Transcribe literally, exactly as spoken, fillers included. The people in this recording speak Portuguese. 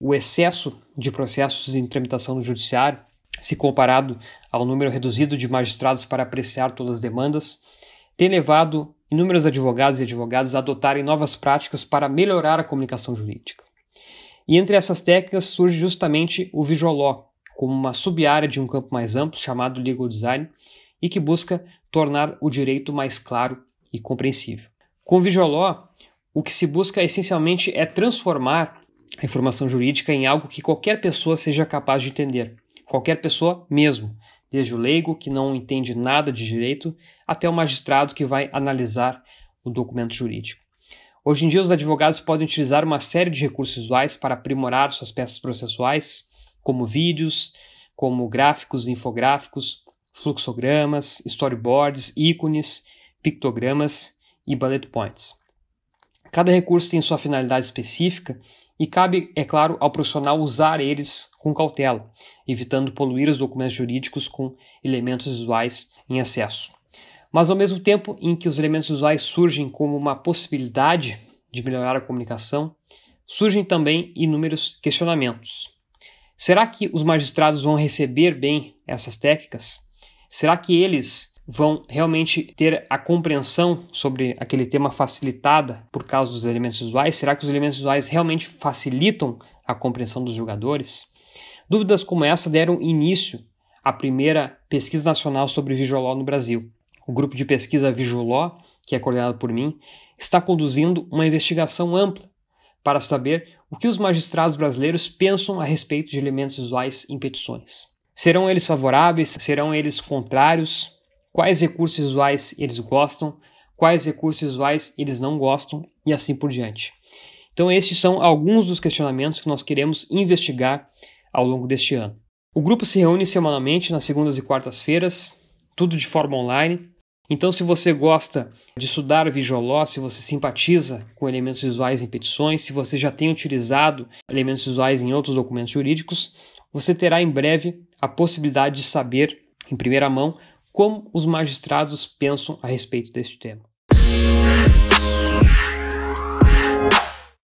o excesso de processos em tramitação no judiciário, se comparado ao número reduzido de magistrados para apreciar todas as demandas, tem levado inúmeros advogados e advogadas a adotarem novas práticas para melhorar a comunicação jurídica. E entre essas técnicas surge justamente o Visual Law, como uma sub-área de um campo mais amplo chamado Legal Design e que busca tornar o direito mais claro e compreensível. Com o Visual Law, o que se busca essencialmente é transformar a informação jurídica em algo que qualquer pessoa seja capaz de entender. Qualquer pessoa mesmo, desde o leigo que não entende nada de direito até o magistrado que vai analisar o documento jurídico. Hoje em dia os advogados podem utilizar uma série de recursos visuais para aprimorar suas peças processuais, como vídeos, como gráficos, infográficos, fluxogramas, storyboards, ícones, pictogramas e bullet points. Cada recurso tem sua finalidade específica e cabe, é claro, ao profissional usar eles com cautela, evitando poluir os documentos jurídicos com elementos visuais em excesso. Mas ao mesmo tempo em que os elementos visuais surgem como uma possibilidade de melhorar a comunicação, surgem também inúmeros questionamentos. Será que os magistrados vão receber bem essas técnicas? Será que eles vão realmente ter a compreensão sobre aquele tema facilitada por causa dos elementos visuais? Será que os elementos visuais realmente facilitam a compreensão dos julgadores? Dúvidas como essa deram início à primeira pesquisa nacional sobre Visual Law no Brasil. O grupo de pesquisa Visual Law, que é coordenado por mim, está conduzindo uma investigação ampla para saber o que os magistrados brasileiros pensam a respeito de elementos visuais em petições. Serão eles favoráveis? Serão eles contrários? Quais recursos visuais eles gostam? Quais recursos visuais eles não gostam? E assim por diante. Então estes são alguns dos questionamentos que nós queremos investigar ao longo deste ano. O grupo se reúne semanalmente nas segundas e quartas-feiras, tudo de forma online. Então, se você gosta de estudar Visual Law, se você simpatiza com elementos visuais em petições, se você já tem utilizado elementos visuais em outros documentos jurídicos, você terá em breve a possibilidade de saber, em primeira mão, como os magistrados pensam a respeito deste tema.